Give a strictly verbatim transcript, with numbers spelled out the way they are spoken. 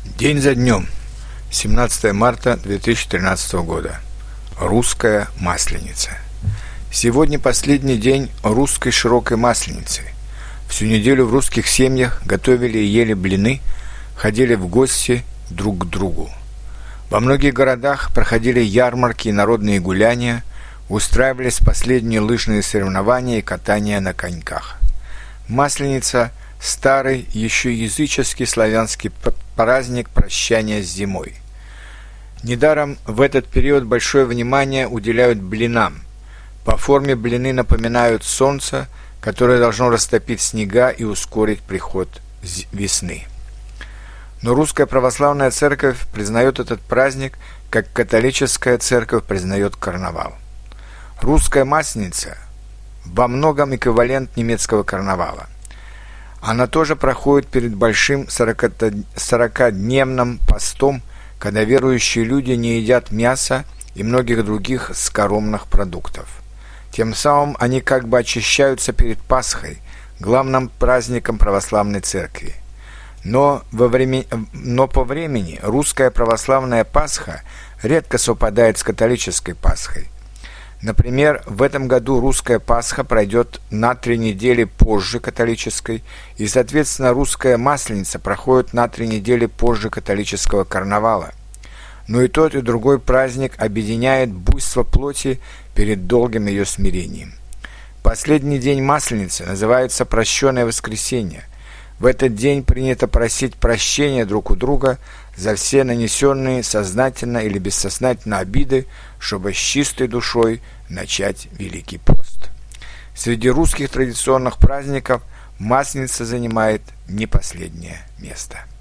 День за днем. семнадцатое марта две тысячи тринадцатого года. Русская Масленица. Сегодня последний день русской широкой Масленицы. Всю неделю в русских семьях готовили и ели блины, ходили в гости друг к другу. Во многих городах проходили ярмарки и народные гуляния, устраивались последние лыжные соревнования и катания на коньках. Масленица – старый, еще языческий славянский праздник прощания с зимой. Недаром в этот период большое внимание уделяют блинам. По форме блины напоминают солнце, которое должно растопить снега и ускорить приход весны. Но Русская Православная Церковь признает этот праздник, как католическая церковь признает карнавал. Русская Масленица во многом эквивалент немецкого карнавала. Она тоже проходит перед большим сорокадневным постом, когда верующие люди не едят мяса и многих других скоромных продуктов. Тем самым они как бы очищаются перед Пасхой, главным праздником православной церкви. Но, во время... Но по времени русская православная Пасха редко совпадает с католической Пасхой. Например, в этом году русская Пасха пройдет на три недели позже католической, и, соответственно, русская Масленица проходит на три недели позже католического карнавала. Но и тот, и другой праздник объединяет буйство плоти перед долгим ее смирением. Последний день Масленицы называется «Прощенное воскресенье». В этот день принято просить прощения друг у друга за все нанесенные сознательно или бессознательно обиды, чтобы с чистой душой начать Великий пост. Среди русских традиционных праздников Масленица занимает не последнее место.